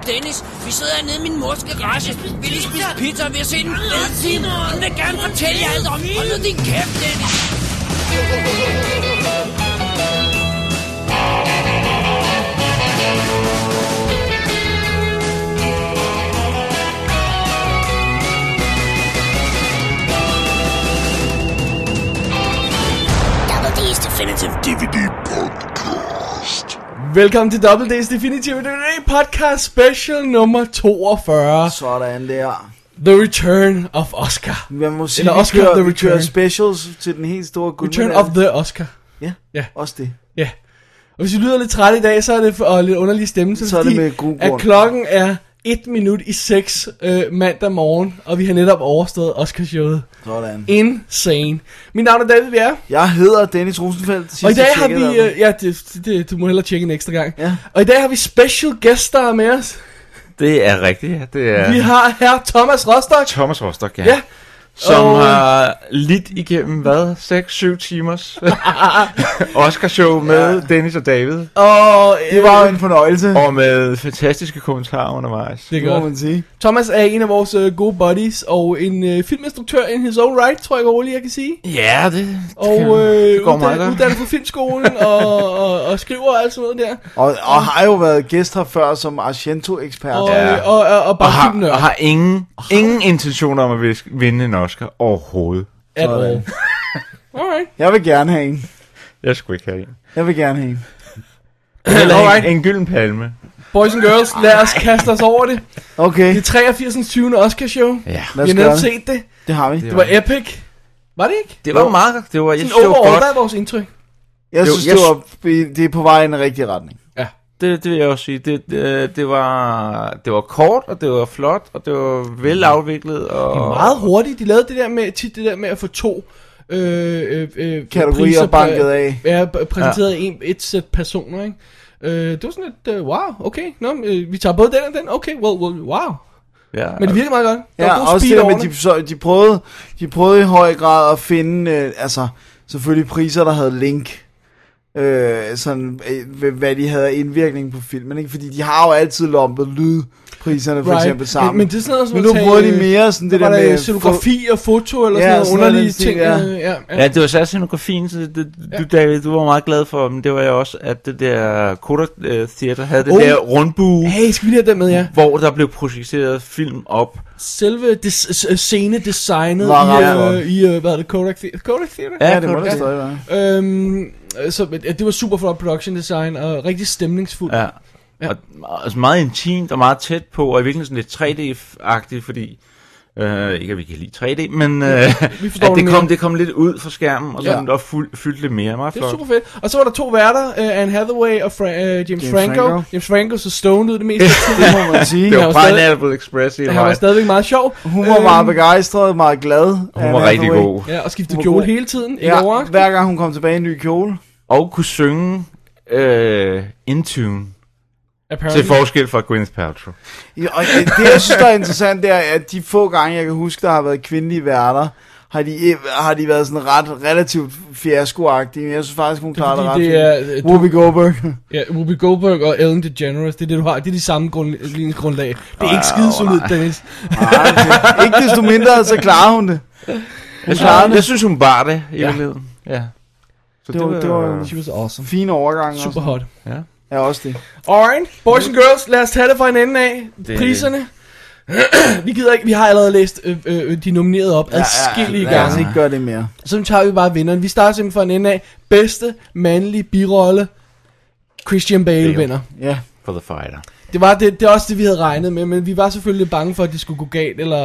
Dennis. Vi sidder hernede i min mors garage. Vi lige spise pizza, og vi har set en fed film. Hun vil gerne fortælle jer alt om. Hold nu din kæft, Dennis. Double D's Definitive DVD Podcast. Velkommen til Double D's Definitive DVD Podcast Special nummer 42. Sådan der. The Return of Oscar. Man må sige, Eller Oscar vi kører specials til den helt store Return of the Oscar. Ja, også det. Ja. Og hvis I lyder lidt træt i dag, så er det for lidt underlig stemme, så er fordi, det med god grund. at klokken er 1 minut i 6 mandag morgen, og vi har netop overstået Oscarshowet. Sådan. Insane. Mit navn er David Bjerre. Jeg hedder Dennis Rosenfeldt. Og i dag har vi, du må hellere tjekke en ekstra gang. Ja. Og i dag har vi special gæster med os. Det er rigtigt, ja. Det er Vi har her Thomas Rostock. Thomas Rostock, ja. Ja. Som har lidt igennem, 6-7 timers Oscarshow med Dennis og David. Og Det var jo en fornøjelse. Og med fantastiske kommentarer undervejs. det er må godt. man sige. Thomas er en af vores gode buddies, og en filminstruktør in his own right, tror jeg roligt, jeg kan sige. Ja, det går meget godt. Uddannet på filmskolen, og skriver og alt sådan noget der. Og har jo været gæst her før som Argento-ekspert. Og bare filmnørd. Og har ingen intentioner om at vinde en Oscar overhovedet. At all. Alright. Jeg vil gerne have en. Jeg skulle ikke have en. Jeg vil gerne have en. Eller en gylden palme. Boys and girls, lad os kaste os over det. Okay, Det er 83. 20. Oscarshow. Ja, lad Vi os har gøre netop det. set det. Det har vi. Det var epic. Var det ikke? det var meget. Det var, jeg synes, Sådan det var overall, godt. hvad er vores indtryk? Jeg synes, det er på vej i en rigtig retning. Ja. Det vil jeg også sige. Det var kort, og det var flot, og det var vel afviklet. Og Det er meget hurtigt. De lavede det der med at få to Kategorier priser banket af. Ja, præsenteret af et sæt personer, ikke? Det var sådan lidt, wow, okay. Vi tager både den og den. Okay, well, wow. ja, Men det virker meget godt. Der var Ja, god også speed det over der med, de prøvede i høj grad at finde, selvfølgelig priser, der havde link, hvad de havde indvirkning på filmen, ikke? Fordi de har jo altid lumpet lydpriserne for eksempel sammen. Men det er sådan noget, som Men at nu tage, bruger de mere sådan det der med scenografi og foto eller Ja, sådan noget sådan underlige noget ting. stil, Ja, det var særligt scenografien, så David, du var meget glad for, men det var jeg også, at det der Kodak Theater havde det der rundbue, Hey, skal vi lige have den med, ja? hvor der blev projiceret film op. Selve scenedesignet Var ret i hvad er det, Kodak Theater? Kodak Theater? Ja, det må det stadig være. Så det var super flot production design og rigtig stemningsfuldt. Ja. Ja. Og altså meget intimt og meget tæt på, og i virkeligheden sådan lidt 3D-agtigt, fordi ikke at vi kan lide 3D, men vi forstår at det kom lidt ud fra skærmen, og så Ja. den også fyldt lidt mere. Meget Det er flot. super fedt. Og så var der to værter, Anne Hathaway og James Franco. James Franco så stoned ud det meste af tiden. Det må man sige. Det var Han var stadig- Pineapple Express i Han var stadigvæk meget sjov. Hun var meget begejstret, meget glad. Hun var rigtig god. Ja, og skiftede Hun var kjole god. hele tiden. Ikke Ja, overraskende. hver gang hun kom tilbage i en ny kjole. Og kunne synge in tune. Apparently. Til forskel fra Gwyneth Paltrow. Ja, og det, jeg synes, der er interessant, det er, at de få gange, jeg kan huske, der har været kvindelige værter, har de været sådan relativt fiaskoagtige. Men jeg synes faktisk, hun klarer det ret det fint. er Whoopi Goldberg. Ja, Whoopi Goldberg og Ellen DeGeneres. Det er det du har. Det er de samme grundlag. Det er ikke skide solidt, Dennis. Nej, okay. Ikke desto mindre, så klarer hun det. Jeg synes, hun bar det i virkeligheden. Ja. Så Det var She was awesome. fin overgang. Super også. hot. Ja. Ja, også det. Alright, boys and girls, lad os tage det fra en ende af. Priserne. Vi gider ikke, vi har allerede læst de nominerede op adskillige Lad os gange. ikke gøre det mere. Så tager vi bare vinderen. Vi starter simpelthen fra en ende af. Bedste mandlige birolle. Christian Bale vinder. Ja. For the fighter. Det er også det, vi havde regnet med, men vi var selvfølgelig bange for, at det skulle gå galt, eller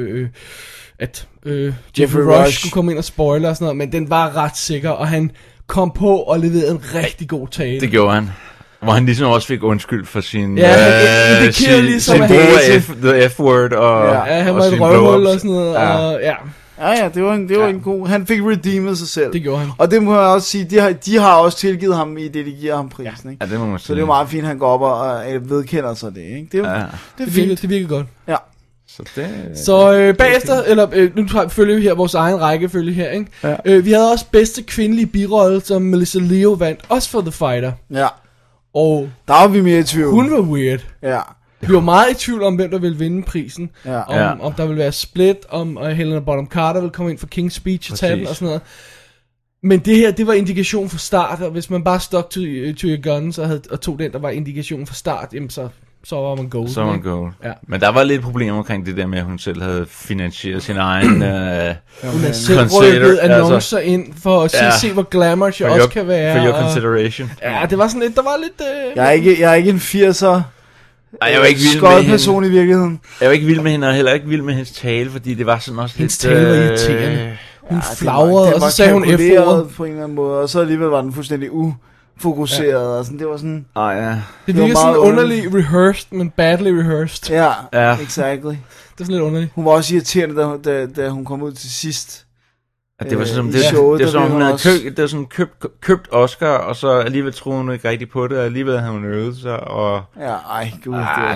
at Jeffrey Rush skulle komme ind og spoiler og sådan noget, men den var ret sikker, og han kom på og leverede en rigtig god tale. Det gjorde han. Hvor han ligesom også fik undskyld for sin... Ja, han indikerer ligesom, sin at brug han... af the F-word og... Ja, han og var et sin røvhul blow-ups. og sådan noget, Ja. og ja, Ja, det var en god... Han fik redeemet sig selv. det gjorde han. Og det må jeg også sige, de har også tilgivet ham i det, de giver ham prisen, ikke? Ja, det må man sige. Så det er jo meget fint, at han går op og vedkender sig det, ikke? Det er, Ja. det er fint. Det virker godt. Ja. Så det... Så bagefter, eller nu følger vi her vores egen rækkefølge her, ikke? Ja. Vi havde også bedste kvindelige birolle, som Melissa Leo vandt, også for The Fighter. Ja. Og Der var vi mere i tvivl. hun var weird. Ja. Vi var meget i tvivl om, hvem der ville vinde prisen. Ja. Om der ville være split, om Helena Bonham Carter ville komme ind for King's Speech og tage den og sådan noget. Men det her, det var indikation fra start, og hvis man bare stuck to your guns og tog den, der var indikation fra start, jamen så var man gold. Så var man gold. Ja. Men der var lidt problemer omkring det der med, at hun selv havde finansieret sin egen hun har selv rykket annoncer ind for at se, hvor glamorous jeg også kan være. For your consideration. Ja, det var sådan lidt, der var lidt... Jeg er ikke en 80'er. Ej, jeg var ikke vild med person i virkeligheden. Jeg var ikke vild med hende, og heller ikke vild med hendes tale, fordi det var sådan også hendes lidt... Hendes tale var irriterende. Hun flagrede, og så sagde hun F-ordet. På en eller anden måde, og så alligevel var den fuldstændig ufokuseret, og sådan, det var sådan... Det virker sådan underligt rehearsed, men badly rehearsed. Ja, exactly. Det er sådan lidt underligt. Hun var også irriterende, da hun kom ud til sidst. Ja, det var sådan, det var sådan, hun havde købt Oscar, og så alligevel troede hun ikke rigtig på det, og alligevel havde hun øvet sig, og... Ja, gud.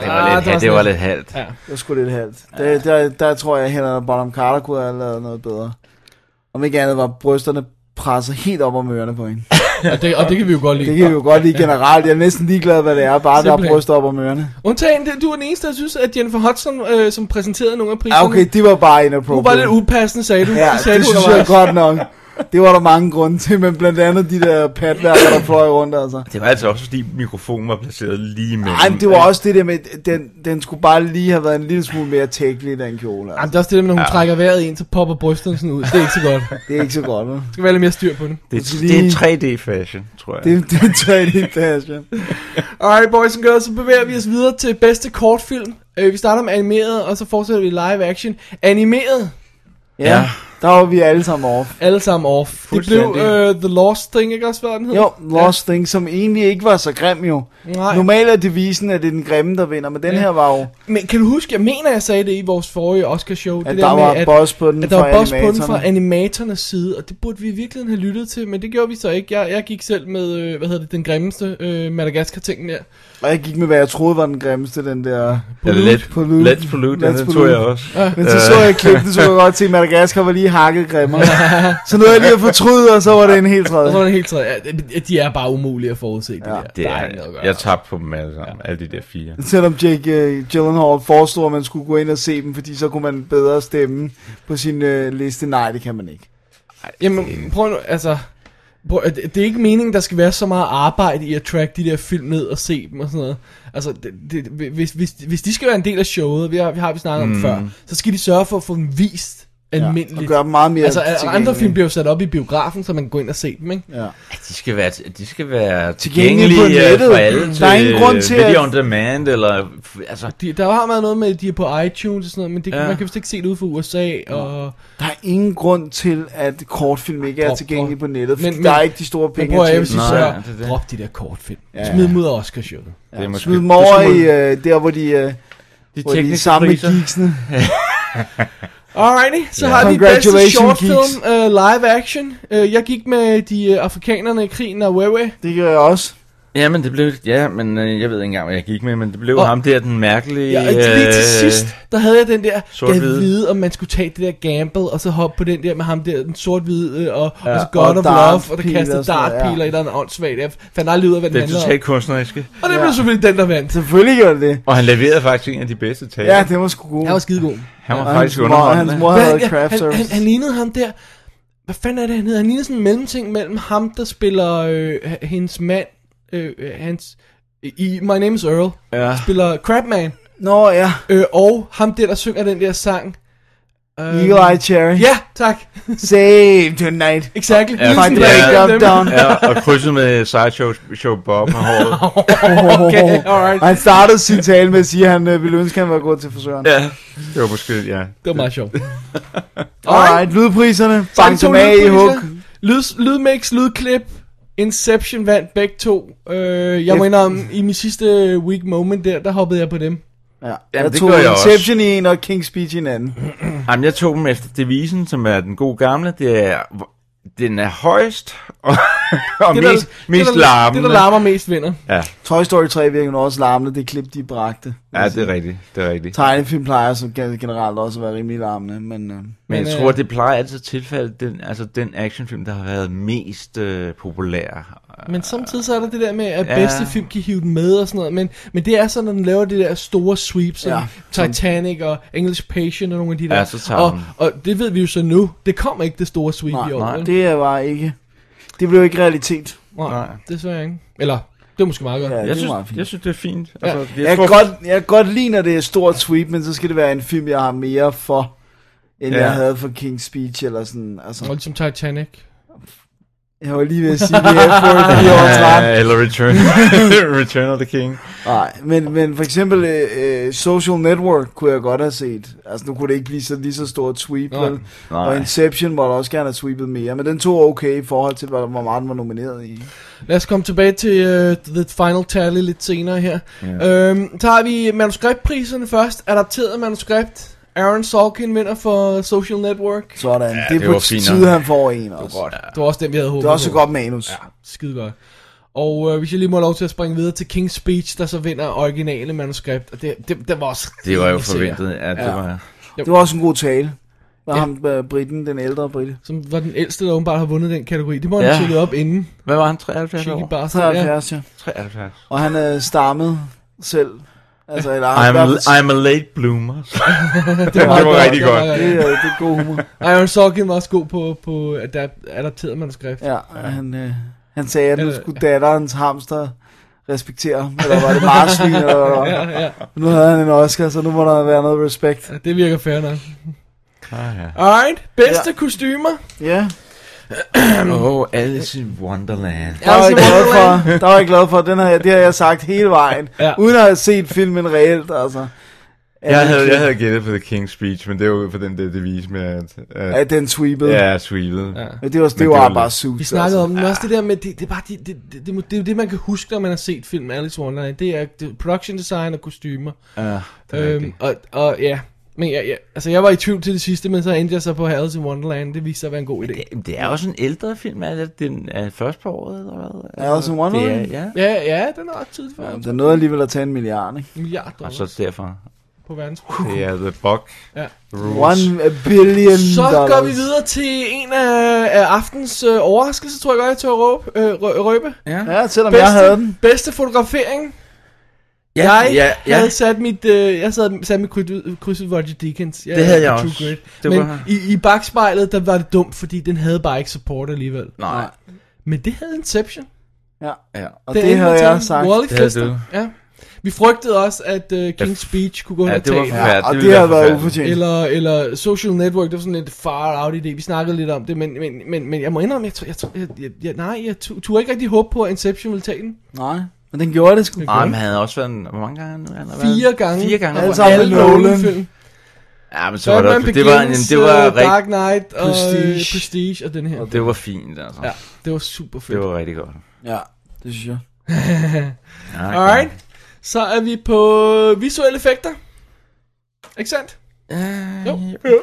Det var lidt halvt. Ja. Det var sgu lidt halvt. Der tror jeg, at Helena Bonham Carter kunne have lavet noget bedre. Om ikke andet var brysterne presset helt op om ørerne på hende. Og det kan vi jo godt lide. Det kan vi jo godt lide generelt. Jeg er næsten ligeglad, hvad det er. Bare der er bryster op om ørerne. Undtagen, du var den eneste, der synes, at Jennifer Hudson, som præsenterede nogle af priserne... Okay, det var bare inappropriate. Hun var lidt upassende, sagde du. Ja, det synes jeg godt nok. Det var der mange grunde til, men blandt andet de der patværker, der fløj rundt, altså. Det var altså også, fordi mikrofonen var placeret lige mellem. Nej, det var også det der med, den skulle bare lige have været en lille smule mere tækkelig, den kjole. Altså. Det er også det der med, når hun trækker vejret ind, så popper brysterne sådan ud. Det er ikke så godt. Det er ikke så godt, Det skal være lidt mere styr på det. Det er en 3D-fashion, tror jeg. Det er en 3D-fashion. Alright, boys and girls, så bevæger vi os videre til bedste kortfilm. Vi starter med animeret, og så fortsætter vi live action. Animeret. Ja. Der var vi alle sammen off. Alle sammen off. Det blev The Lost Thing, ikke også, hvad den hed? Jo, Lost Thing, som egentlig ikke var så grim jo. Nej. Normalt er devisen, at det er den grimme, der vinder, men den her var jo... Men kan du huske, jeg mener, jeg sagde det i vores forrige Oscar-show. At det der var boss på den fra animatornes side, og det burde vi i virkeligheden have lyttet til, men det gjorde vi så ikke. Jeg gik selv med, den grimmeste Madagascar-tingen der. Og jeg gik med, hvad jeg troede var den grimmeste, den der... Let's Pollute, den tog jeg også. Men så jeg klippet, så jeg godt til, at Madagascar var lige hakket grimmere. Så nu er jeg lige at fortryde, og så var det en helt tredje. De er bare umulige at forudse, det der. Det er, jeg tabte på dem alle sammen, alle de der 4. Selvom Jake Gyllenhaal forestod, at man skulle gå ind og se dem, fordi så kunne man bedre stemme på sin liste. Nej, det kan man ikke. Jamen, prøv nu, altså... Det er ikke meningen, der skal være så meget arbejde i at track de der film ned og se dem og sådan noget. Altså, hvis de skal være en del af showet, vi har snakket om før, så skal de sørge for at få dem vist almindeligt. Og gøre dem meget mere andre film bliver jo sat op i biografen, så man kan gå ind og se dem, ikke? Ja. De skal være tilgængelige for alle. Der er ingen grund til video on demand, eller... Altså. Der har været noget med, at de er på iTunes og sådan noget, men man kan vist ikke se det ud fra USA. Og... Der er ingen grund til, at kortfilm ikke er tilgængelige på nettet, men der er ikke de store penge til. Drop de der kortfilm. Smid dem ud af Oscar-showet. Smid dem over i der, hvor de samme geeksene. Alrighty, så har de bedste shortfilm live action. Jeg gik med de afrikanerne i krigen af Wewe. Det gør jeg også. Ja, men det blev... Ja, men jeg ved ikke engang, hvad jeg gik med, men det blev ham der, den mærkelige... Ja, lige til sidst, der havde jeg den der... Jeg vide, om man skulle tage det der gamble, og så hoppe på den der med ham der, den sort-hvide, og så God of Love, og der kastede dartpiler i der en åndssvagt. Jeg fandt aldrig ud af, hvad den handler om. Det er totalt kunstneriske. Og det blev selvfølgelig den, der vandt. Selvfølgelig gjorde det. Og han leverede faktisk en af de bedste taler. Ja, det var sgu god. Han var skidegod. Han var faktisk underholdende. Hans mor havde craft service. Han lignede ham der... Hvad fanden er det, han hedder? Han lignede sådan en mellemting mellem ham, der spiller hendes mand, i My Name is Earl, spiller Crabman. Nå, ja. Og ham der synger den der sang. Eagle Eye Cherry. Ja, tak. Save tonight. Exactly. Og krydset med Sideshow Bob med håret. Okay, alright. Han startede sin tale med at sige, at han ville ønske, at han var gået til frisøren. Ja, det var måske, ja. Det var meget sjovt. Alright, lydpriserne. Bank dem af i hug. Lydmix, lydklip. Inception vandt begge to. Jeg må indrømme, i min sidste week moment der hoppede jeg på dem. Ja, jeg tog Inception i en og King's Speech i en anden. Jamen, jeg tog dem efter devisen, som er den gode gamle. Den er højst, og Det, mest larmende. Det, der larmer mest, vinder. Ja. Toy Story 3 virker nu også larmende, det klip, de bragte. Ja, det er rigtigt. Tegnefilm plejer så generelt også at være rimelig larmende, men Men jeg tror, det plejer altid at tilfælde den actionfilm, der har været mest populær. Men samtidig så er der det der med, at bedste film kan hive den med og sådan noget. Men det er sådan, når den laver det der store sweep, som Titanic og English Patient og nogle af de der. Ja, så tager og det ved vi jo så nu. Det kommer ikke det store sweep i år. Nej, det var ikke. Det blev ikke realitet. Nej, desværre ikke. Eller, det er måske meget godt. Ja, Jeg synes, det er fint. Ja. Altså, Jeg kan godt lide, når det er et stort sweep, men så skal det være en film, jeg har mere for, end jeg havde for King's Speech, eller sådan. Altså. Og ligesom Titanic. Jeg var lige ved at sige det her eller Return of the King. Nej, men for eksempel Social Network kunne jeg godt have set. Altså nu kunne det ikke blive lige så stort sweep, vel? Og Inception må da også gerne have sweepet mere, men den tog okay i forhold til, hvor meget den var nomineret i. Lad os komme tilbage til The Final Tally lidt senere her. Så har vi manuskriptpriserne først. Adapteret manuskript. Aaron Sorkin vinder for Social Network. Sådan, ja, det er på tide, han får en også. Det var også den, vi havde håbet på. Det var også godt manus. Ja, skide godt. Og hvis jeg lige må have lov til at springe videre til King's Speech, der så vinder originale manuskript. Og det var også... Det var jo forventet, ja. Det var også en god tale. Var ham Britten, den ældre Britte. Som var den ældste, der åbenbart har vundet den kategori. Det må han tjekke op inden. Hvad var han? 73 år? 73, ja. 73. Og han stammede selv. Altså, I'm a late bloomer. det var rigtig godt. Det er god humor. Aaron Sorkin var også god på adapteret manuskript. Ja, han sagde, at nu skulle datterens hamster respektere ham. Eller var det marsvin? Ja. Nu havde han en Oscar, så nu må der være noget respekt. Ja, det virker fair nok. Alright, bedste kostymer. Ja. Alice in Wonderland. Der var jeg glad for. Det har jeg sagt hele vejen. Uden at have set filmen reelt, altså. Jeg havde gættet på The King's Speech, men det var jo for den der devise med at den sweepede. Ja, sweepede. Ja. Det var bare sugt. Vi snakkede om også det der med det er bare det man kan huske, når man har set filmen Alice in Wonderland. Det er production design og kostymer. Ja. Og ja. Men jeg var i tvivl til det sidste, men så endte jeg så på Alice in Wonderland. Det viste sig at være en god idé. Det er også en ældre film, er det? Den er først på året, eller hvad? Alice in Wonderland? Ja, den er ret tidligt for. Den nåede alligevel at tage $1 milliard, ikke? $1 milliard. Og så derfor. På verdensplan. Det er The Buck. Ja. $1 billion. Så går vi videre til en af aftens overraskelser, tror jeg godt, jeg tør røbe. Ja, selvom jeg havde den. Bedste fotografering. Jeg havde sat mit kryds ud Roger Deakins. Det havde jeg også. Men i bagspejlet, der var det dumt, fordi den havde bare ikke support alligevel. Nej. Men det havde Inception. Ja. Og det havde jeg sagt. Wally Pfister. Ja. Vi frygtede også, at King's Speech kunne gå hen og tage. Og det havde været ufortjent. Eller Social Network, det var sådan lidt far out idé. Vi snakkede lidt om det, men jeg må indrømme, jeg turde ikke rigtig håbe på, at Inception ville tage den. Nej. Men den gjorde det sgu. Nej, men han havde også været hvor mange gange nu? 4 gange. 4 gange. Altså alle Nolan-film. Ja, men så var det var Dark Knight og Prestige og den her. Det var fint, altså. Ja, det var super fedt. Det var rigtig godt. Ja, det synes jeg. Alright. Så er vi på visuelle effekter. Ikke sandt? Jo.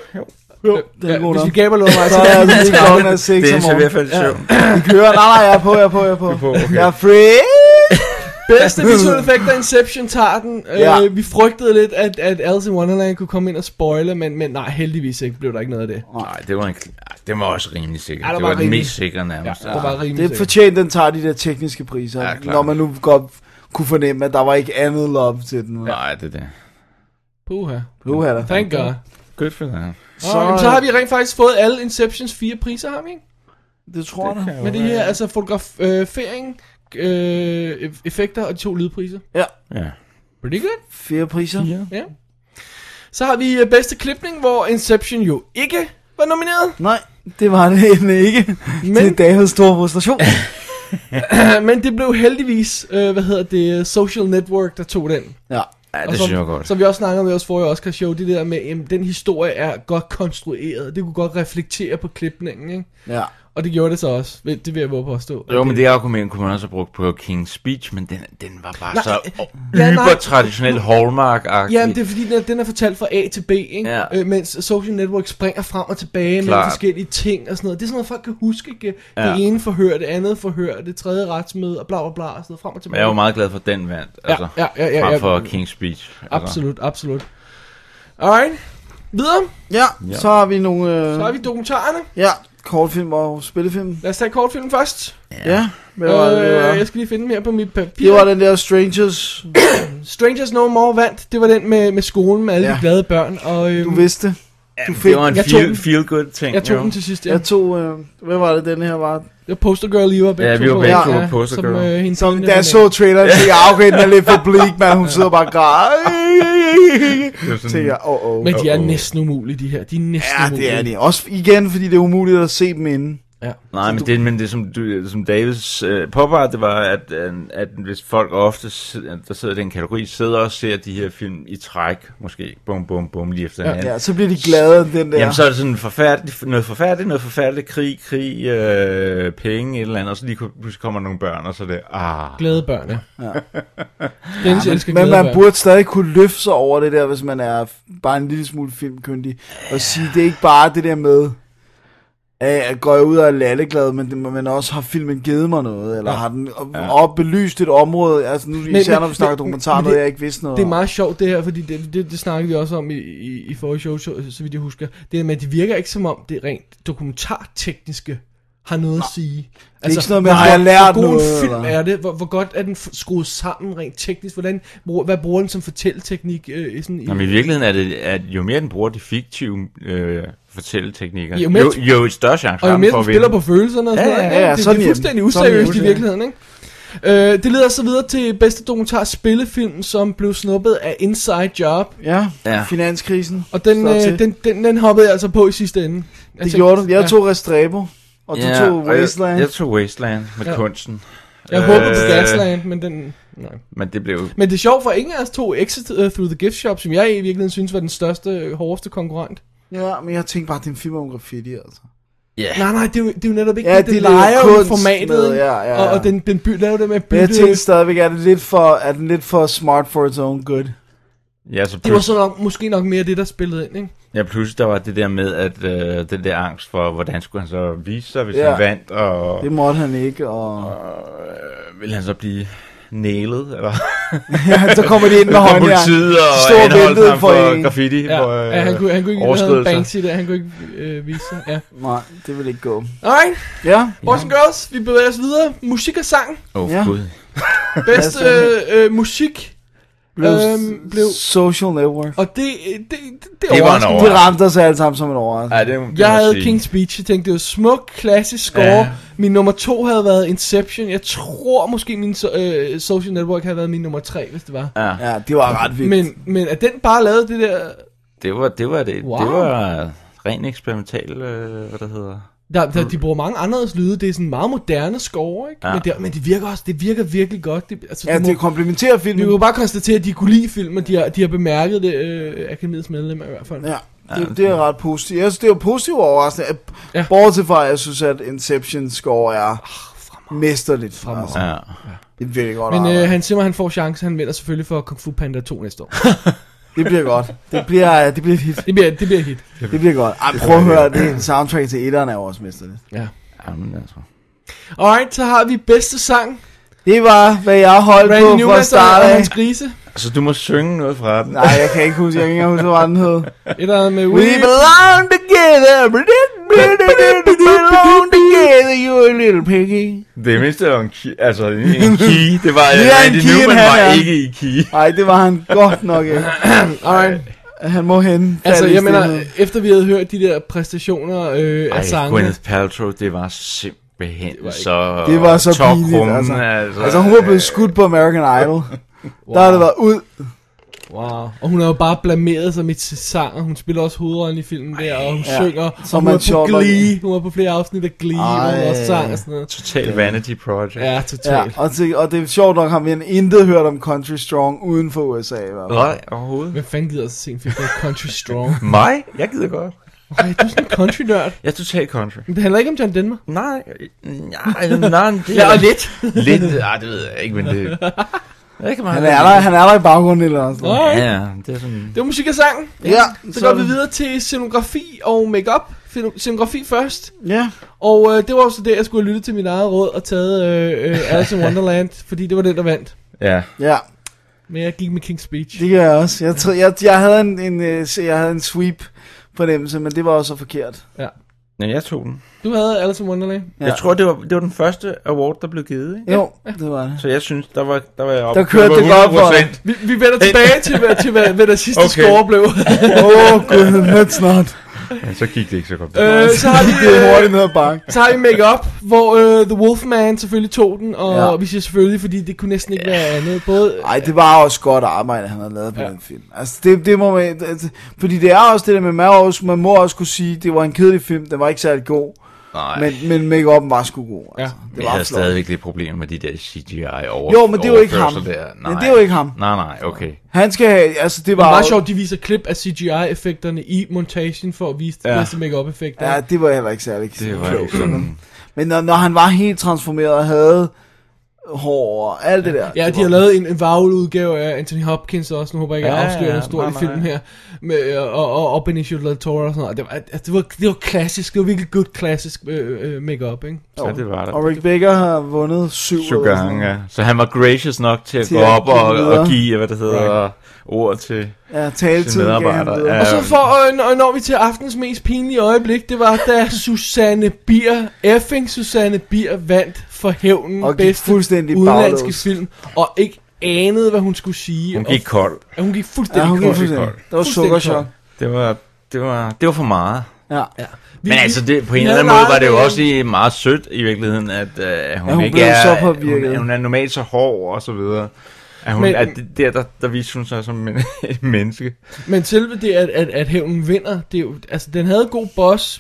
Hvis vi gaber lidt mig, så er det klokken af 6 om morgenen. Det er i hvert fald sjovt. Vi kører. Nej, jeg er på. Jeg er free. Bedste visuelle effekter, Inception tager den. Vi frygtede lidt, at Alice in Wonderland kunne komme ind og spoile, men nej, heldigvis ikke blev der ikke noget af det. Nej, det var også rimelig sikkert. Det var den mest sikre nærmest. Ja, det var rimelig sikkert. Det er fortjent, den tager de der tekniske priser, når man nu godt kunne fornemme, at der var ikke andet love til den. Nej, det er det. Puha da. Thank God. Good for that. Så har vi rent faktisk fået alle Inceptions 4 priser, har vi ikke? Det tror jeg. Men det her, altså fotografering, effekter og de 2 lydpriser. Ja. Pretty good. 4 priser. Ja. Så har vi bedste klipning, hvor Inception jo ikke var nomineret. Nej, det var det ikke. Til Davids store frustration. Men det blev heldigvis, Social Network, der tog den. Ja. Ja, det synes jeg godt. Som vi også snakkede med os forrige Oscar show, det der med, den historie er godt konstrueret. Det kunne godt reflektere på klipningen, ikke? Ja. Og det gjorde det så også. Det vil jeg våge påstå. Jo, men det argument kunne man også have brugt på King's Speech, men den var bare så nej. hyper-traditionel Hallmark-agtig. Ja, men det er fordi, den er fortalt fra A til B, ikke? Ja. Mens Social Network springer frem og tilbage med forskellige ting og sådan noget. Det er sådan noget, folk kan huske, ikke? Det ene forhør, det andet forhør, det tredje retsmøde og bla bla bla, og sådan noget frem og tilbage. Men jeg var meget glad for den vandt, altså. Frem for King's Speech. Altså. Absolut. Alright. Videre. Ja, så har vi nogle... Så har vi dokumentarerne. Ja, kortfilm og spillefilm. Lad os tage kortfilm først. Ja. Hvad var det? Jeg skal lige finde den her på mit papir. Det var den der Strangers No More vandt. Det var den med skolen med alle de glade børn. Og, du vidste. Du fik, det var en feel-good ting. Jeg tog den til sidst, ja. Jeg tog... hvad var det, den her var? Det var Poster Girl, I var begge to. Ja, vi var begge to på Poster Girl. Som da jeg så traileren, så jeg den er lidt for bleak, man. Hun sidder bare og græder. Men de er næsten umulige, de her. De er næsten umulige. Ja, det er de. Også igen, fordi det er umuligt at se dem inden. Ja. Nej, men det som Davids påpegede, det var, at hvis folk ofte, der sidder i den kategori, sidder og ser de her film i træk, måske, bum, lige efter hinanden. Ja, så bliver de glade af den der. Jamen, så er det sådan noget forfærdeligt, krig, penge, et eller andet, og så lige pludselig kommer nogle børn, og så er det, glade børn, ja. Men man burde stadig kunne løfte sig over det der, hvis man er bare en lille smule filmkyndig, og sige, det er ikke bare det der med, at går jeg ud og er lalleglad, men også har filmen givet mig noget, eller har den belyst et område, altså nu især når vi snakker dokumentar, noget jeg ikke vidste noget. Det er meget sjovt det her, fordi det snakkede vi også om i forrige show, så vidt jeg husker. Det er med, at det virker ikke som om det rent dokumentartekniske har noget at sige. Det er ikke sådan noget med, har jeg lært hvor god noget? En film er det? Hvor godt er den skruet sammen rent teknisk? Hvad bruger den som fortælleteknik? Jamen, i virkeligheden er det, at jo mere den bruger de fiktive fortælleteknikker, jo et større chance. Og jo mere den spiller på følelserne og sådan noget. Det er fuldstændig useriøst i virkeligheden, ikke? Det leder så videre til bedste dokumentar spillefilm, som blev snuppet af Inside Job. Ja. Finanskrisen. Og den hoppede jeg altså på i sidste ende. Det gjorde du. Jeg tog Restrepo. Og du tog Wasteland. Jeg tog Wasteland med kunsten. Jeg håbede på Gasland, men den... Nej. Men det blev... Men det er sjovt, for ingen af os tog Exit Through the Gift Shop, som jeg i virkeligheden synes var den hårdeste konkurrent. Ja, men jeg tænkte bare, det er en film om graffiti, altså. Yeah. Nej, det er jo netop ikke det leger jo formatet, og den laver det med at bytte. Jeg tænkte stadigvæk, er den lidt for smart for its own good? Ja, så det var så måske nok mere det, der spillede ind, ikke? Ja, pludselig der var det der med, at den der angst for, hvordan skulle han så vise sig, hvis han vandt, og... Det måtte han ikke, og... Vil han så blive nailet, eller? Ja, så kommer de ind med hånden, politiet og anholdt ham for graffiti. Ja, han kunne ikke have Banksy der, han kunne ikke vise sig. Ja. Nej, det vil ikke gå. Alright, ja. Boys and Girls, vi bevæger os videre. Musik og sang. Gud. Bedste musik blev Social Network. Og det overraskende. Det ramte os alle sammen som en overraskelse. Jeg havde King's Speech. Jeg tænkte, det var smuk, klassisk score. Ja. Min nummer 2 havde været Inception. Jeg tror måske min Social Network havde været min nummer 3, hvis det var. Ja, det var ret vildt. Men at den bare lavede det der... Det var det. Wow. Det var rent eksperimental, hvad der hedder. De bruger mange anderledes lyde. Det er sådan meget moderne score, ikke? Ja. Men det virker også. Det virker virkelig godt. Det komplementerer filmen. Vi må bare konstatere, at de kunne lide filmen, og de har bemærket det. Akademiets medlemmer i hvert fald. Ja. Det er ret positivt. Jeg synes, det er jo positivt overraskende. Bortset fra, jeg synes, at Inception score er mesterligt. Altså. Ja. Det er virkelig godt. Men Hans Zimmer, han får chance. Han vinder selvfølgelig for Kung Fu Panda 2 næste år. Det bliver godt. Det bliver et hit. Det bliver et hit. Det bliver godt. Prøv at høre, det soundtrack til etteren er jo også mesterligt. Ja. Jamen, altså. Alright, så har vi bedste sang. Det var, hvad jeg holdt Randy på fra start af. Hans Grise. Altså, du må synge noget fra den. Nej, jeg kan ikke huske, hvad den hed. Et eller andet med We belong together. Belong together, you a little piggy. Det mindste var en key. Det var Randy Newman var ikke i key. Nej, det var han godt nok ikke. Alright. Han må hende. Altså, jeg mener, efter vi havde hørt de der præstationer af sange. Gwyneth Paltrow, det var simpelthen det var så pinligt, altså hun var blevet skudt på American Idol. Wow. Der har det været ud. Wow. Og hun har jo bare blameret sig med sit sang, og hun spiller også hovedrollen i filmen der, og hun synger, og hun er på Glee. Hun var på flere afsnit af Glee, og hun også sang og sådan noget. Total vanity project. Ja, totalt. Ja, og det er sjovt nok, har vi intet hørt om Country Strong uden for USA. Nej, overhovedet. Hvem fanden gider at se en film med Country Strong? Mig? Jeg gider godt. Okay, du er sådan en country-nørd. Jeg er totalt country. Men det handler ikke om John Denver. Nej, det Ja, og lidt. Lidt, det ved jeg ikke, men det... Han er der i baggrunden eller sådan. Ja, det er sådan... Det var musik og sang. Ja, Så går vi videre til scenografi og make-up. Scenografi først. Ja. Og det var også det, jeg skulle have lyttet til min eget råd og taget Alice in Wonderland, fordi det var den, der vandt. Ja. Ja. Men jeg gik med King's Speech. Det gør jeg også. Jeg havde en sweep fornemmelse, men det var også forkert. Ja. Ja, jeg tog den. Du havde Alice in Wonderland. Ja. Jeg tror, det var den første award, der blev givet, ikke? Jo, det var det. Så jeg synes, der var jeg oppe. Der kørte det godt for. Vi vender tilbage til hvad der sidste score blev. Gud, let's not. Ja, så gik det ikke så godt. Så har vi det er hurtigt ned ad bakke. Så har vi make-up, hvor The Wolfman selvfølgelig tog den, og vi siger selvfølgelig, fordi det kunne næsten ikke være andet. Nej, det var også godt arbejde, han havde lavet på den film. Altså, det må man... Fordi det er også det der med, man må også kunne sige, det var en kedelig film, den var ikke særlig god. Men make-up'en var sgu god. Altså. Ja. Jeg havde stadigvæk lidt problemer med de der CGI over. Jo, men det var ikke ham. Men det var ikke ham. Nej, okay. Han skal have, altså det var... Det var meget sjovt, de viser klip af CGI-effekterne i montagen for at vise de bedste make-up-effekter. Ja, det var heller ikke særlig det var ikke sådan... Men når han var helt transformeret og havde hår og alt det der. Ja, de har lavet en varuludgave af Anthony Hopkins også. Nu håber jeg ikke, at jeg afslører en stor i filmen her. Med, og Benicio del Toro og sådan noget. Det var klassisk. Det var virkelig good klassisk make-up, ikke? Så det var det. Og Rick Baker har vundet 7 gange, ja. Så han var gracious nok til at gå op og give, hvad det hedder, ord til sin medarbejdere. Ja. Og så når vi til aftens mest pinlige øjeblik, det var da Susanne Bier vandt for hævnen og bedste udenlandske film, og ikke anede, hvad hun skulle sige. Hun gik kold. Hun gik fuldstændig kold. Det var sukkerchok. Det var for meget. Ja. Men altså, på en eller anden måde var det jo også meget sødt i virkeligheden, at hun ikke er... Hun er normalt så hård og så videre. At der viser hun sig som et menneske. Men selve det, at hævnen vinder, det er jo, altså, den havde god boss,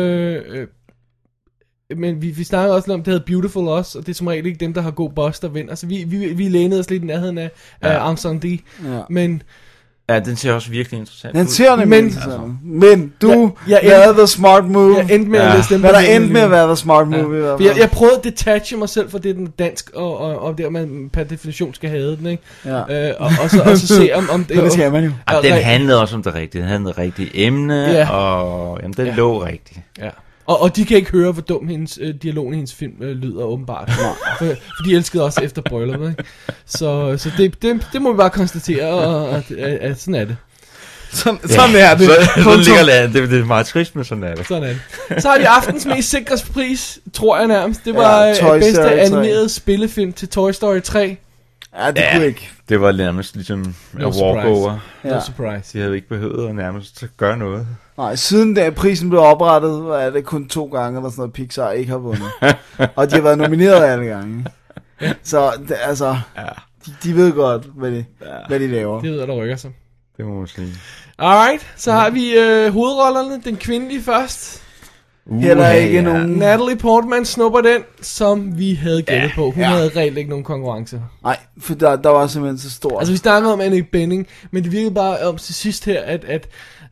men vi snakker også om, det havde Beautiful også, og det er som regel ikke dem, der har god boss, der vinder. Altså, vi lænede os lidt i nærheden af Aung San Suu Kyi, men... Ja, den ser også virkelig interessant ud. Den ser nemlig interessant. Men du lavede the smart move. Jeg endte med at læse dem. Hvad der endte med at være the smart move. Jeg prøvede at detache mig selv, for det er den dansk, og der man per definition skal have den, ikke? Ja. Og så se om det... Det skal man jo. Den handlede også om det rigtige. Den havde det rigtige emne, og jamen, den lå rigtigt. Ja. Og de kan ikke høre, hvor dum dialogen i hendes film lyder åbenbart. For de elskede også efter brylluppet, ikke? Så det må vi bare konstatere, at sådan er det. Sådan er det. Sådan ligger landet. Det er meget trist, men sådan er det. Sådan er det. Så har vi aftens mest sikre pris, tror jeg nærmest. Det var bedste animerede spillefilm til Toy Story 3. Ja, det kunne ikke. Det var nærmest ligesom no walkover. No surprise. De havde ikke behøvet at nærmest gøre noget. Nej, siden da prisen blev oprettet, er det kun 2 gange, eller sådan noget, Pixar ikke har vundet. Og de har været nomineret alle gange. Så altså, de ved godt, hvad de laver. Det ved, der rykker sig. Det må man sige. Alright, så har vi hovedrollerne. Den kvindelige først. Heller ikke nogen. Natalie Portman snupper den, som vi havde gættet på. Hun havde reelt ikke nogen konkurrence. Nej, for der var simpelthen så stor. Altså vi snakkede om Annette Bening, men det virkede bare om til sidst her, at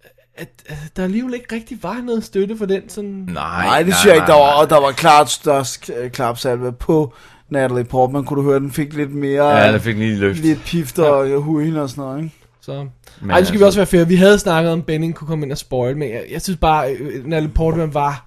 der alligevel ikke rigtig var noget støtte for den. Sådan... Nej, det synes jeg ikke. Der var klart størst klapsalve på Natalie Portman. Kunne du høre, den fik lidt mere... Ja, den fik lige løft. Lidt pifter og hugen og sådan noget, ikke? Så... Ej, nu skal vi også være fair. Vi havde snakket om, Benning kunne komme ind og spoil, men jeg synes bare, Natalie Portman var...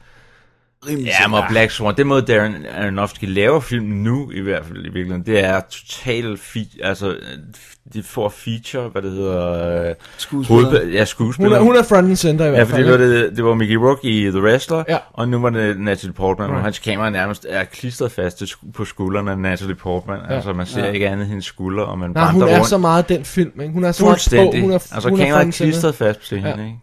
Ja, men Black Swan, det måde Darren Aronofsky laver filmen nu, i hvert fald i virkeligheden, det er totalt altså, de får feature, hvad det hedder... Skuespiller. Hun er front and center i hvert fald. Ja, for det var Mickey Rourke i The Wrestler, og nu var det Natalie Portman, og hans kamera nærmest er klistret fast på skuldrene af Natalie Portman, altså man ser ikke andet hendes skulder, og man vandrer rundt. Hun er så meget den film, ikke? Hun er så meget på, altså kameraet er klistret fast på hende, ikke?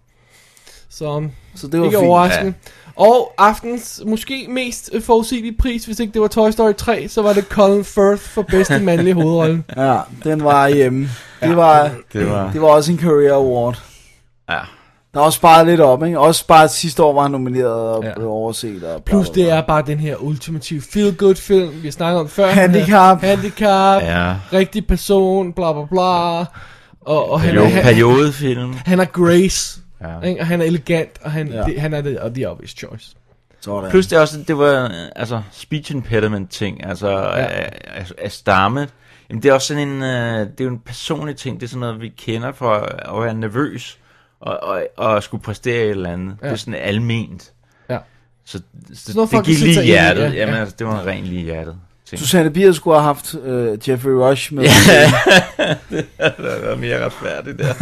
Så det var ikke overraskende. Og aftens måske mest forudsigelige pris, hvis ikke det var Toy Story 3, så var det Colin Firth for bedste mandlige hovedrolle. Ja, den var hjemme. Det var også en career award. Ja. Der var sparet lidt op, ikke? Også bare sidste år var han nomineret og overset. Og plus det er bare den her ultimative feel-good film, vi snakker om før. Handicap, rigtig person, bla bla bla. Og periodefilm. Han er Grace. Ja. Og han er elegant, og han er the obvious choice. Sådan. Plus det var altså speech impediment ting, altså af stamme. Jamen det er også sådan en, det er jo en personlig ting, det er sådan noget, vi kender for at være nervøs, og skulle præstere et eller andet. Det er sådan alment. Ja. Så det gik lige i hjertet. Ja. Jamen altså, det var rent lige i hjertet. Susanne Bier skulle have haft Jeffrey Rush med. Ja, det var mere retfærdigt der.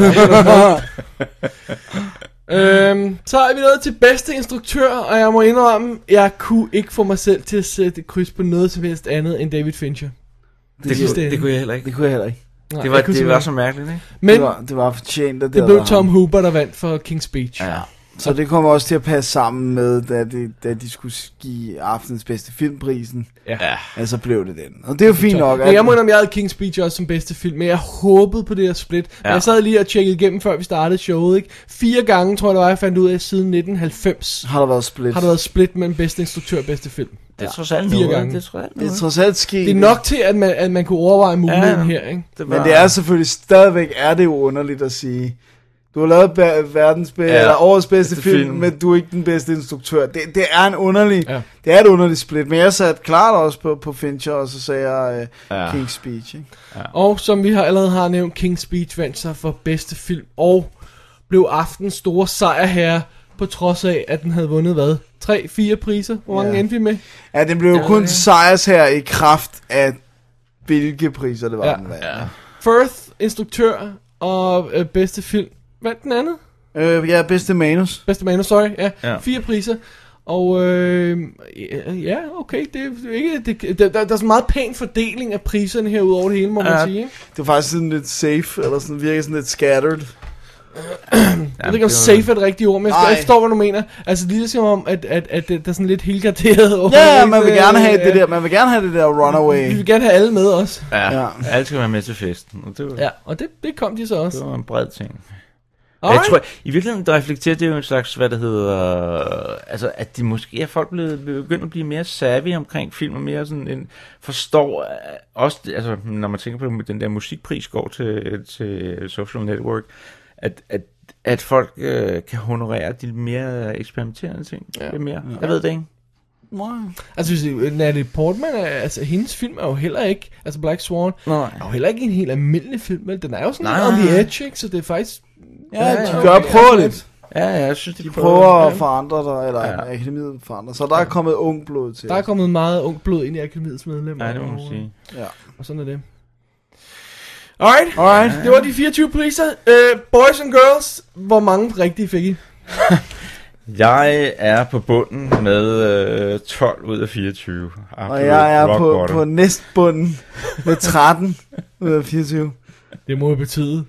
Så er vi nået til bedste instruktør, og jeg må indrømme, jeg kunne ikke få mig selv til at sætte kryds på noget som helst andet end David Fincher. Det kunne jeg heller ikke. Det kunne jeg heller ikke. Nej, det var så mærkeligt, ikke? Men det var fortjent, at det blev Tom Hooper, der vandt for King's Speech. Ja. Så det kommer også til at passe sammen med, da de skulle give aftenens bedste filmprisen. Ja. Altså blev det den. Og det er jo fint nok. Jeg må indrømme, jeg havde King's Speech også som bedste film, men jeg håbede på det her split. Ja. Jeg sad lige og tjekkede igennem, før vi startede showet, ikke? 4 gange, tror jeg det var, jeg fandt ud af, siden 1990. Har der været split mellem bedste instruktør og bedste film. Det er trods alt 4 gange. Det er trods alt sket. Det er nok til, at man kunne overveje muligheden her, ikke? Men det er selvfølgelig stadigvæk, det jo underligt at sige. Du har lavet verdens eller årets bedste film, men du er ikke den bedste instruktør. Det er en underlig, det er et underligt split. Men jeg satte klart også på Fincher, og så sagde jeg King's Speech. Ikke? Ja. Og som vi allerede har nævnt, King's Speech vandt sig for bedste film, og blev aftens store sejr her, på trods af, at den havde vundet, 3-4 priser? Hvor mange endte vi med? Ja, den blev jo kun sejrs her i kraft af, hvilke priser det var, den vandt. Ja. Firth, instruktør, og bedste film. Vandt den andet? Bedste manus. Bedste manus, sorry. Ja. 4 priser. Og okay, det er ikke der er så meget pæn fordeling af priserne her ud over det hele, må man sige. Ikke? Det var faktisk sådan lidt safe, eller sådan virker sådan lidt scattered. Jeg ved ikke om safe er det rigtige ord, men jeg forstår, hvad du mener. Altså lige som om, at der er sådan lidt helgarderet. Ja, man vil gerne have det der. Man vil gerne have det der runaway. Vi vil gerne have alle med også. Ja. Alle skal være med til festen. Og det var, og det kom de så også. Det var en bred ting. Jeg tror, i virkeligheden, der reflekterer det jo en slags, hvad det hedder, altså, at de måske er folk begyndt at blive mere savvy omkring film, og mere sådan en, forstår også, altså, når man tænker på den der musikpris går til Social Network, at folk kan honorere de mere eksperimenterende ting. Mere. Jeg ved det ikke. Altså hvis Natalie Portman altså hendes film er jo heller ikke, altså Black Swan er jo heller ikke en helt almindelig film, vel? Den er jo sådan on the edge, ikke? Så det er faktisk de gør prøve lidt. Ja, jeg synes de prøver at forandre dig, eller akademiet forandre. Så der er kommet ung blod til. Der er kommet meget ung blod ind i akademiets medlemmer. Ja, det må man sige. Og sådan er det. Alright. Det var de 24 priser. Boys and girls, hvor mange rigtige fik I? Jeg er på bunden med 12 ud af 24. Og jeg er på næstbunden med 13 ud af 24. Det må jo betyde,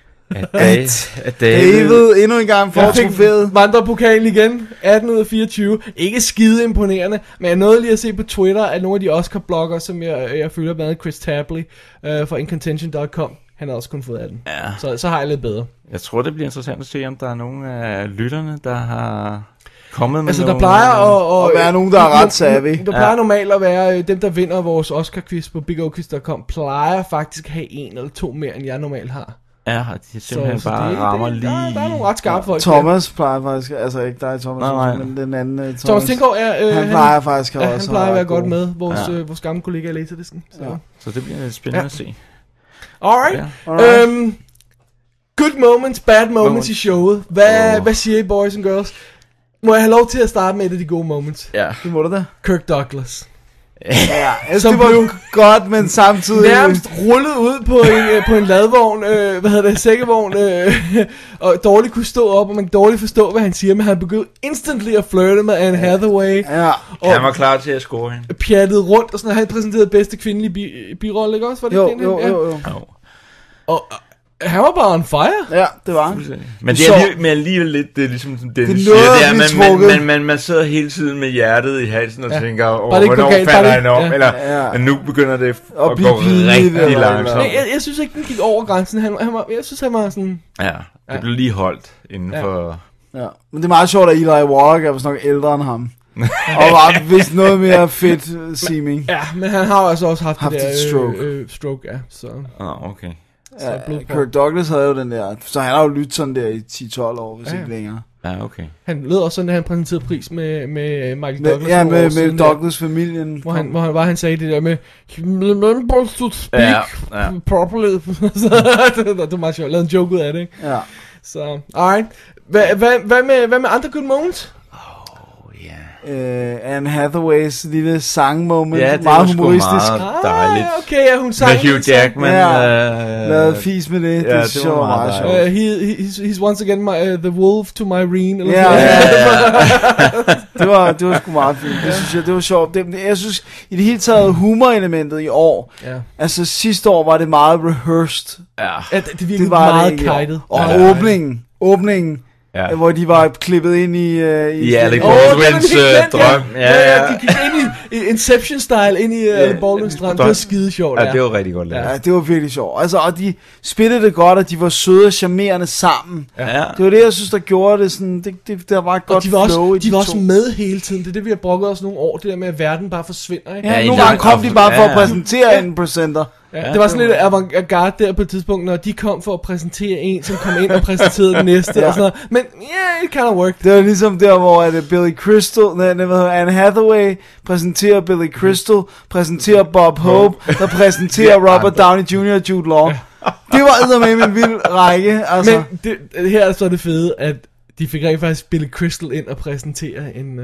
at David endnu en gang får trofæet. Vandrepokalen igen, 18 ud af 24. Ikke skide imponerende, men jeg nåede lige at se på Twitter, at nogle af de Oscar-blogger, som jeg følger med, Chris Tabley fra incontention.com, han har også kun fået 18. Ja. Så har jeg lidt bedre. Jeg tror, det bliver interessant at se, om der er nogle af lytterne, der har kommet med der plejer at være nogen, der er ret savvy. Der plejer normalt at være, dem der vinder vores Oscar-quiz på bigoquiz.com, plejer faktisk at have 1 eller 2 mere, end jeg normalt har. Ja, de simpelthen bare rammer lige. Der er nogle ret skarpe folk. Thomas plejer faktisk, altså ikke dig Thomas, men den anden Thomas Tinggaard han plejer faktisk også. Han plejer at være godt med, vores gamle kollega i Laserdisken. Så det bliver spændende at se. Alright. Good moments, bad moments i showet. Hvad siger I, boys and girls? Må jeg have lov til at starte med et af de gode moments? Ja. Det må du da. Kirk Douglas. Ja, altså det var jo godt, men samtidig nærmest rullet ud på en ladvogn, sækkevogn, og dårligt kunne stå op, og man kan dårligt forstå, hvad han siger, men han begyndte instantly at flirte med Anne Hathaway. Ja. Han var klar til at score hende. Pjattet rundt, og sådan, han præsenterede bedste kvindelige birolle, ikke også? Var det jo. Og han var bare on fire. Ja, det var han. Men det er alligevel lidt, det er ligesom den siger, det man sidder hele tiden med hjertet i halsen og tænker, hvornår falder han om, eller nu begynder det at gå rigtig langsomt. Jeg synes ikke, den gik over grænsen. Jeg synes, han var sådan... Ja, det blev lige holdt inden for... Ja, men det er meget sjovt, at Eli Wallach er nok ældre end ham. Og var vist noget mere fedt seeming. Ja, men han har altså også haft det der stroke, ja. Så. Okay. Kirk Douglas havde jo den der, så han har jo lyttet sådan der i 10-12 år, hvis ikke længere. Ja, okay. Han lød også sådan, at han præsenterede pris med Michael Douglas. Ja, med Douglas-familien. Hvor han sagde det der med, remember to speak properly. Det var meget sjovt, lavede en joke ud af det, ikke? Ja. Så, alright. Hvad med andre good moments? Anne Hathaways lille sangmoment, ja, det meget var humoristisk. Meget dejligt. Okay, ja, hun sang med Hugh Jackman. Lavede fis med det. Ja, det var meget sjovt. He's once again the wolf to my Reen. Ja. Det var sgu meget fint. Det synes jeg, det var sjovt. Jeg synes, i det hele taget humorelementet i år, altså sidste år var det meget rehearsed. Ja, det virkede meget kajtet. Og åbningen. Ja. Hvor de var klippet ind i Alec Baldwins drøm. De gik ind i Inception-style ind i Alec Baldwins drøm. Det var skide sjovt. Ja, det var rigtig godt lavet. Ja, det var virkelig sjovt. Altså, og de spillede det godt, og de var søde og charmerende sammen. Ja. Det var det, jeg synes, der gjorde det sådan. Der var et godt flow i de var også med hele tiden. Det er det, vi har brokket os nogle år. Det der med, at verden bare forsvinder. Ikke? Ja, nogle gange kom de bare for at præsentere en presenter. Ja, det var sådan lidt avantgarde der på et tidspunkt, når de kom for at præsentere en, som kom ind og præsenterede den næste og sådan noget. Men it kind of worked. Det var ligesom der, hvor Billy Crystal, Anne Hathaway præsenterer Billy Crystal, præsenterer Bob Hope, der præsenterer Robert Downey Jr. og Jude Law. Det var eddermame en vild række. Altså. Men her er så det fede, at de fik rent faktisk Billy Crystal ind og præsentere en...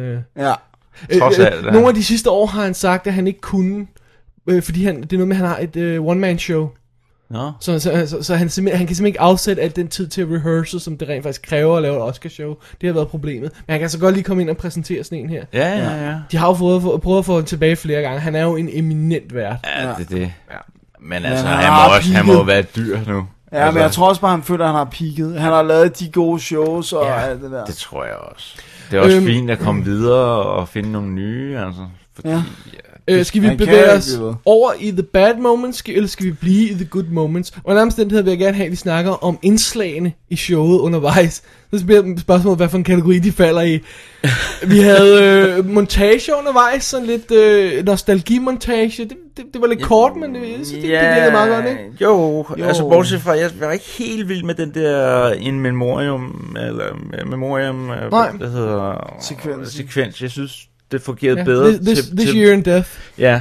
Nogle af de sidste år har han sagt, at han ikke kunne... fordi det er noget med, at han har et one-man-show. No. Så han kan simpelthen ikke afsætte al den tid til at rehearse, som det rent faktisk kræver at lave et Oscar-show. Det har været problemet. Men han kan så godt lige komme ind og præsentere sådan en her. Ja. De har jo prøvet at få ham tilbage flere gange. Han er jo en eminent vært. Ja, det er det. Ja. Men altså, han må være dyr nu. Ja, altså, men jeg tror også bare, han føler, at han har peaked. Han har lavet de gode shows og alt det der. Det tror jeg også. Det er også fint at komme videre og finde nogle nye, altså. Fordi, skal vi bevæge os over i the bad moments, eller skal vi blive i the good moments? Og en omstændighed vil jeg gerne have, at vi snakker om indslagene i showet undervejs. Så bliver spørgsmålet, hvad for en kategori de falder i. Vi havde montage undervejs, sådan lidt nostalgimontage. Det var lidt kort, men det virkede meget godt, ikke? Jo, altså bortset fra, jeg var ikke helt vild med den der in memoriam, eller memoriam, hvad hedder sekvens. Jeg synes, det fungerede bedre This Year in Death. Ja.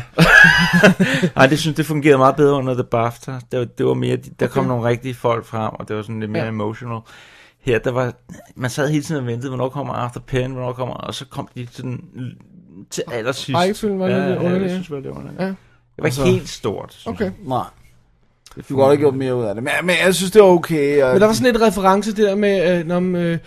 Nej, det fungerede meget bedre under The BAFTA. Det var mere, der kom nogle rigtige folk frem, og det var sådan lidt mere emotional. Her, man sad hele tiden og ventede, hvornår kommer Arthur Penn, og så kom de sådan til allersidst. Rækkefølgen var lidt underligt. Jeg synes, det var underligt. Det var ikke helt stort. Okay. Nej. Du kunne godt have gjort mere ud af det. Men jeg synes, det var okay. Men der var sådan et reference det der med,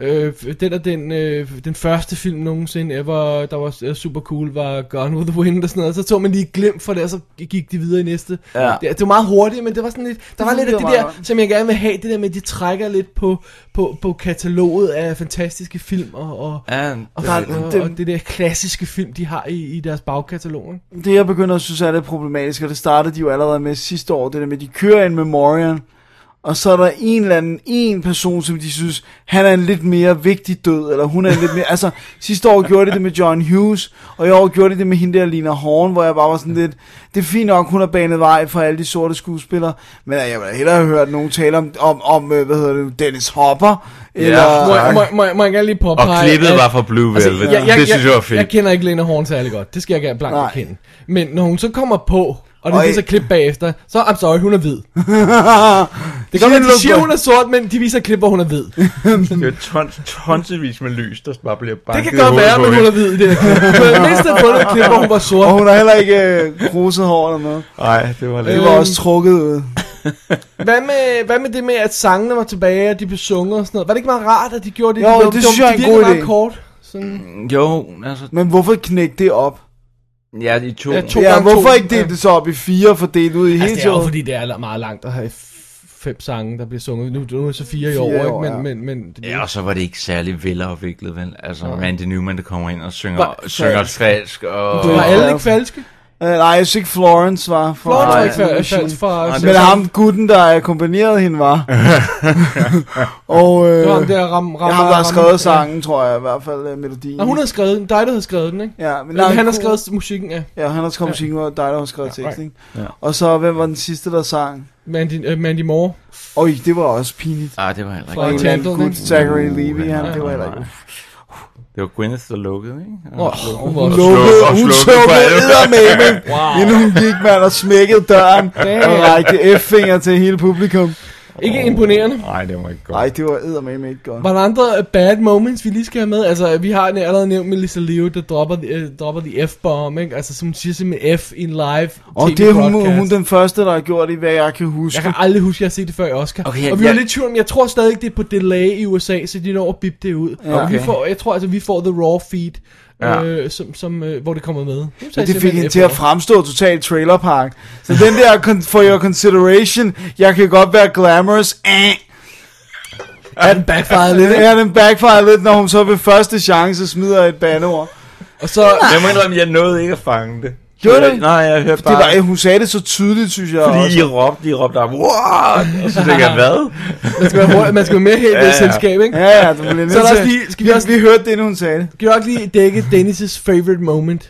den første film nogensinde ever, der var super cool, var Gone with the Wind og sådan noget. Så tog man lige glimt for det, og så gik de videre i næste. Ja. Det var meget hurtigt, men det var sådan lidt, der var lidt af det der, som jeg gerne vil have, det der med, at de trækker lidt på kataloget af fantastiske film, og det der klassiske film, de har i deres bagkatalog. Det jeg begynder at synes er det problematisk, og det startede de jo allerede med sidste år, det der med, de kører en memorial, og så er der en person, som de synes, han er en lidt mere vigtig død, eller hun er en lidt mere, altså sidste år gjorde det med John Hughes, og i år gjorde det med hende der Lena Horne, hvor jeg bare var sådan lidt, det er fint nok, hun har banet vej for alle de sorte skuespillere, men jeg ville hellere have hørt nogen tale om hvad hedder det, Dennis Hopper, eller... Må jeg gerne lige påpege... Og klippet var fra Blue Velvet, det synes jeg var fedt. Jeg kender ikke Lena Horne særlig godt, det skal jeg gerne blankt erkende, men når hun så kommer på, og det viser klip bagefter, så I'm sorry, hun er hvid. Det kan godt være, de siger, hun er sort, men de viser klip, hvor hun er hvid. Det er tonsevis med lys, der bare bliver banket. Det kan godt være, men hun er hvid i det. Men mindst har fundet et klip, hvor hun var sort. Og hun har heller ikke kruset hår eller noget. Nej, det var lidt. Det var også trukket ud. Hvad med det med, at sangene var tilbage, og de blev sunget og sådan noget? Var det ikke meget rart, at de gjorde det? Jo, det synes jeg er en god idé. Meget kort. Sådan. Jo, altså... Men hvorfor knække det op? Ja, de to. Hvorfor ikke dele det så op i 4 og fordele ud i hele tiden? Det er jo fordi, det er meget langt at have 5 sange, der bliver sunget. Nu er det så 4 i år, ikke? Men ja, og så var det ikke særlig velafviklet, vel? Altså, Randy Newman, der kommer ind og synger falsk, og... Var alle ikke falske? Nej, jeg synes ikke Florence var. Florence var ikke falsk fra... Men ham gutten, der akkompagnerede hende, var. Og det var ham der ham, der har skrevet sangen, tror jeg, i hvert fald melodien. Hun har skrevet den, dig der har skrevet den, ikke? Ja, men han har skrevet musikken, Ja, han har skrevet musikken, og dig der har skrevet teksten, ikke? Og så, hvem var den sidste, der sang? Mandy Moore. Øj, det var også pinligt. Det var heller Fra ikke. Enchanted. Zachary Levi, det var heller ikke. Det var Gwyneth, der lukkede, ikke? Hun slukkede eddermame, inden hun gik, mand, og smækkede døren og rækte F-finger til hele publikum. Ikke imponerende. Nej, det var ikke godt. Nej, det var eddermame ikke godt. Var der andre bad moments, vi lige skal have med? Altså, vi har allerede nævnt Melissa Leo, der dropper the F-bomb, ikke? Altså, som siger simpelthen F in live og det er hun den første, der har gjort det, hvad jeg kan huske. Jeg kan aldrig huske, at jeg har set det før i Oscar. Okay, og vi var lidt tvivl, jeg tror stadig, det er på delay i USA, så de når at bippe det ud. Okay. Jeg tror altså, vi får the raw feed. Hvor det kommer med. Det fik hende til at fremstå totalt trailerpark. Så den der for your consideration, jeg kan godt være glamorous. Er den backfired lidt? Ja, den backfired lidt, når hun så ved første chance smider et bandeord. Og så jeg må indrømme, jeg nåede ikke at fange det. Gjorde det? Nej, jeg hørte bare... hun sagde det så tydeligt, synes jeg. Fordi I råbte op, what? Og så tænkte jeg, hvad? Man skal være med helt i selskab, ikke? Ja, du bliver nødt til. Vi hørte det, inden hun sagde det. Skal vi også lige dække Dennis' favorite moment?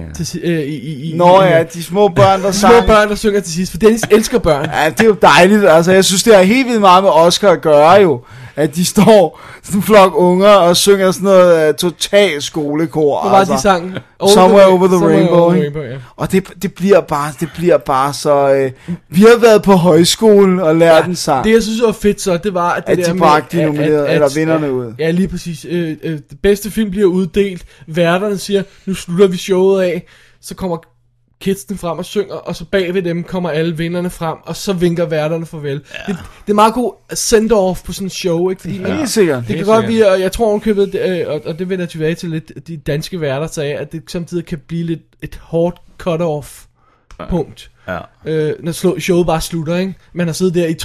De små børn, der sang. Små børn, der synger til sidst, for Dennis elsker børn. Ja, det er jo dejligt. Altså, jeg synes, det har helt vildt meget med Oscar at gøre jo. At de står sådan en flok unger og synger sådan noget total skolekor. Hvor var de sang? Somewhere Over the Rainbow. Ja. Og det bliver bare så... vi har været på højskolen og lært den sang. Det jeg synes var fedt så, det var at de bragte de nominerede, eller vinderne ud. Ja, lige præcis. Det bedste film bliver uddelt. Værterne siger, nu slutter vi showet af. Så kommer kidsene frem og synger, og så bagved dem kommer alle vinderne frem, og så vinker værterne farvel. Ja. Det er meget god send-off på sådan en show, ikke? Fordi helt sikkert. Det kan godt blive, og jeg tror hun købet, og det vender jeg tilbage til lidt, de danske værter sagde, at det samtidig kan blive lidt et hårdt cut-off punkt. Ja. Når showet bare slutter, ikke? Man har siddet der i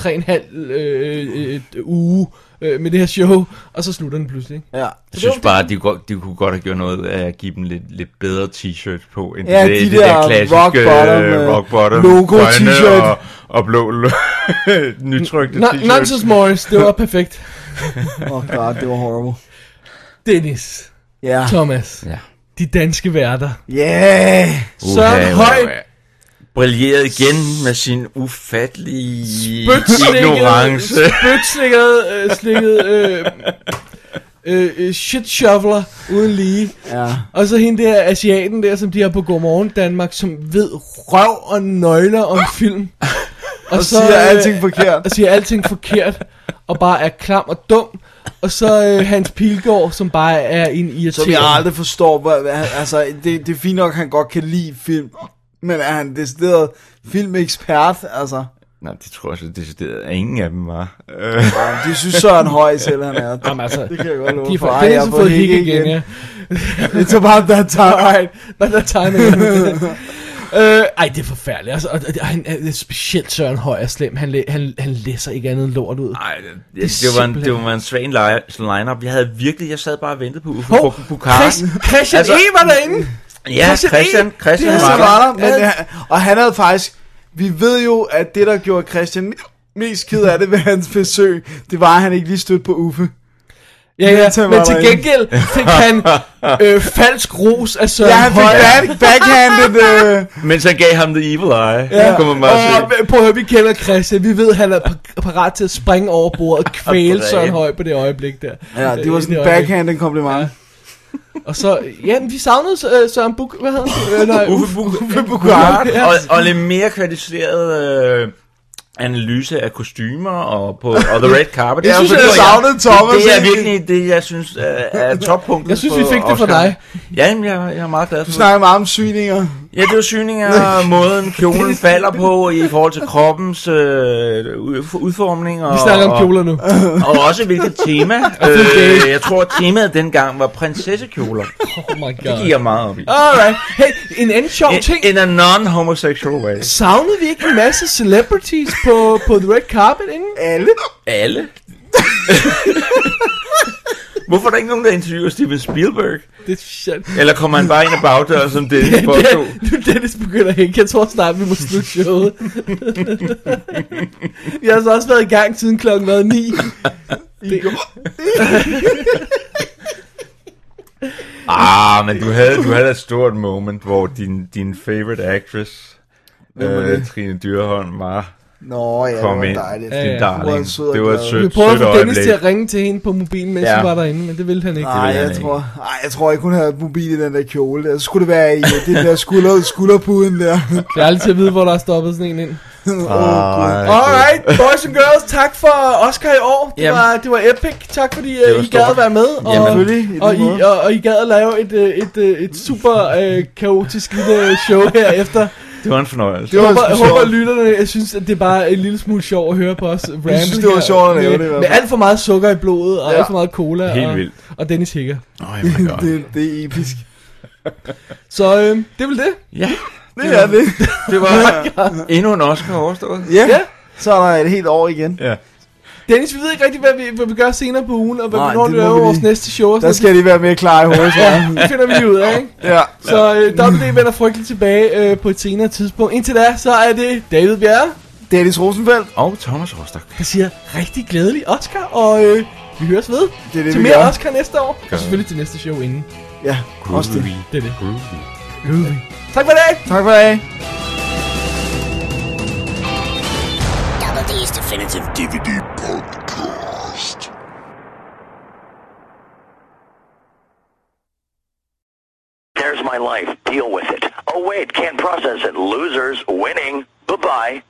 3,5 uge med det her show, og så slutter den pludselig, ikke? Ja. Jeg synes bare, at de kunne godt have gjort noget af at give dem lidt bedre t-shirt på, end det der klassiske rock bottom logo t-shirt og blå nytrykte t-shirt. Nonsense Morris, det var perfekt. God, det var horrible. Dennis. Thomas. De danske værter. Søren Høj brilleret igen med sin ufattelige ignorance. Spytslikket shit shoveler uden lige. Ja. Og så hende der asiaten der, som de har på Godmorgen Danmark, som ved røv og nøgler om film. Og så siger alting forkert. Og siger alting forkert. Og bare er klam og dum. Og så Hans Pilgaard, som bare er en irriterende. Som jeg aldrig forstår. Altså, det er fint nok, at han godt kan lide film. Men er han decideret filmekspert, altså? Nej, det tror jeg så decideret, at ingen af dem var. De synes Søren Høj selv, han er. Jamen, altså, det kan jeg godt love. De har fået hik igen, ja. It's about that time. Alright, but that time. Ej, det er forfærdeligt. Altså, og han er specielt Søren Høj er slem. Han læser ikke andet lort ud. Nej, det var en svag line-up. Jeg sad bare og ventede på Uffe Bukaren. Christian E. var derinde. Ja, Christian var der. Og han havde faktisk... Vi ved jo, at det, der gjorde Christian mest ked af det ved hans besøg, det var, at han ikke lige stødte på Uffe. Ja, men til gengæld fik han falsk ros af Søren Høj. Ja, han fik backhanded... Mens han gav ham the evil eye. Ja, prøv at høre, vi kender Christian. Vi ved, han er parat til at springe over bordet og kvæle Søren Høj på det øjeblik der. Ja, det var sådan en backhanded kompliment. Ja. Og så, vi savnede Søren hvad hedder han? Uffe Bukaren. Og lidt mere kvalificeret analyse af kostymer og The Red Carpet. Jeg synes, jeg savnede Thomas. Det er virkelig det, jeg synes er toppunktet. Jeg synes, vi fik det for dig. Ja, jeg er meget glad for det. Du snakker meget om syninger. Ja, det er syninger, måden kjolen falder på i forhold til kroppens udformning. Vi snakker om kjoler nu. Og også hvilket tema. Jeg tror, at temaet dengang var prinsessekjoler. Oh my god. Det giver meget op i. Alright. Hey, en anden sjov ting. In a non-homosexual way. Savnede vi ikke en masse celebrities på The Red Carpet inden? Alle? Hvorfor er der ikke nogen, der interviewer Steven Spielberg? Det er shit. Eller kommer han bare ind ad bagdøren, som Dennis påstod? Dennis begynder at hænge. Jeg tror snart, vi må slutte showet. Vi har altså også været i gang siden klokken 9. Men du havde et stort moment, hvor din favorite actress, Trine Dyrholm, var Nå, ja, kom det ind. var dejligt. Din darling. Det var sødt. Vi prøvede at få Dennis til at ringe til hende på mobilen, mens hun var derinde, men det ville han ikke. Nej, jeg tror ikke, hun havde mobil i den der kjole. Så skulle det være i den der skulderpuden der. Det er altid at vide, hvor der er stoppet sådan en ind. Alright, boys and girls, tak for Oscar i år. Det var epic. Tak fordi I gad at være med. Og I gad at lave et super kaotisk lille show her efter. Det var en fornøjelse. Jeg håber lytterne, jeg synes at det er bare en lille smule sjov at høre på os ramble. Jeg synes det var sjovt at lave det. Med alt for meget sukker i blodet og alt for meget cola. Helt vildt. Og Dennis hikker. Det er episk. Så det er vel det. Ja. Det er det. Det var endnu en Oscar overstået. Ja. Så er der et helt år igen. Ja. Dennis, vi ved ikke rigtig, hvad vi gør senere på ugen, og hvornår vi laver vores næste show. Der skal de være mere klar i hovedet. Det finder vi ud af, ikke? Ja. Så WD vender frygteligt tilbage på et senere tidspunkt. Indtil da, så er det David Bjerre, Dennis Rosenfeldt og Thomas Rostock, der siger rigtig glædelig Oscar, og vi høres ved til mere Oscar næste år. Og selvfølgelig til næste show inden. Ja, også det. Det er det. Groovy. Tak for i dag. Tak for i dag. Double D's Definitive DVD Podcast. There's my life. Deal with it. Oh, wait, can't process it. Losers winning. Bye-bye.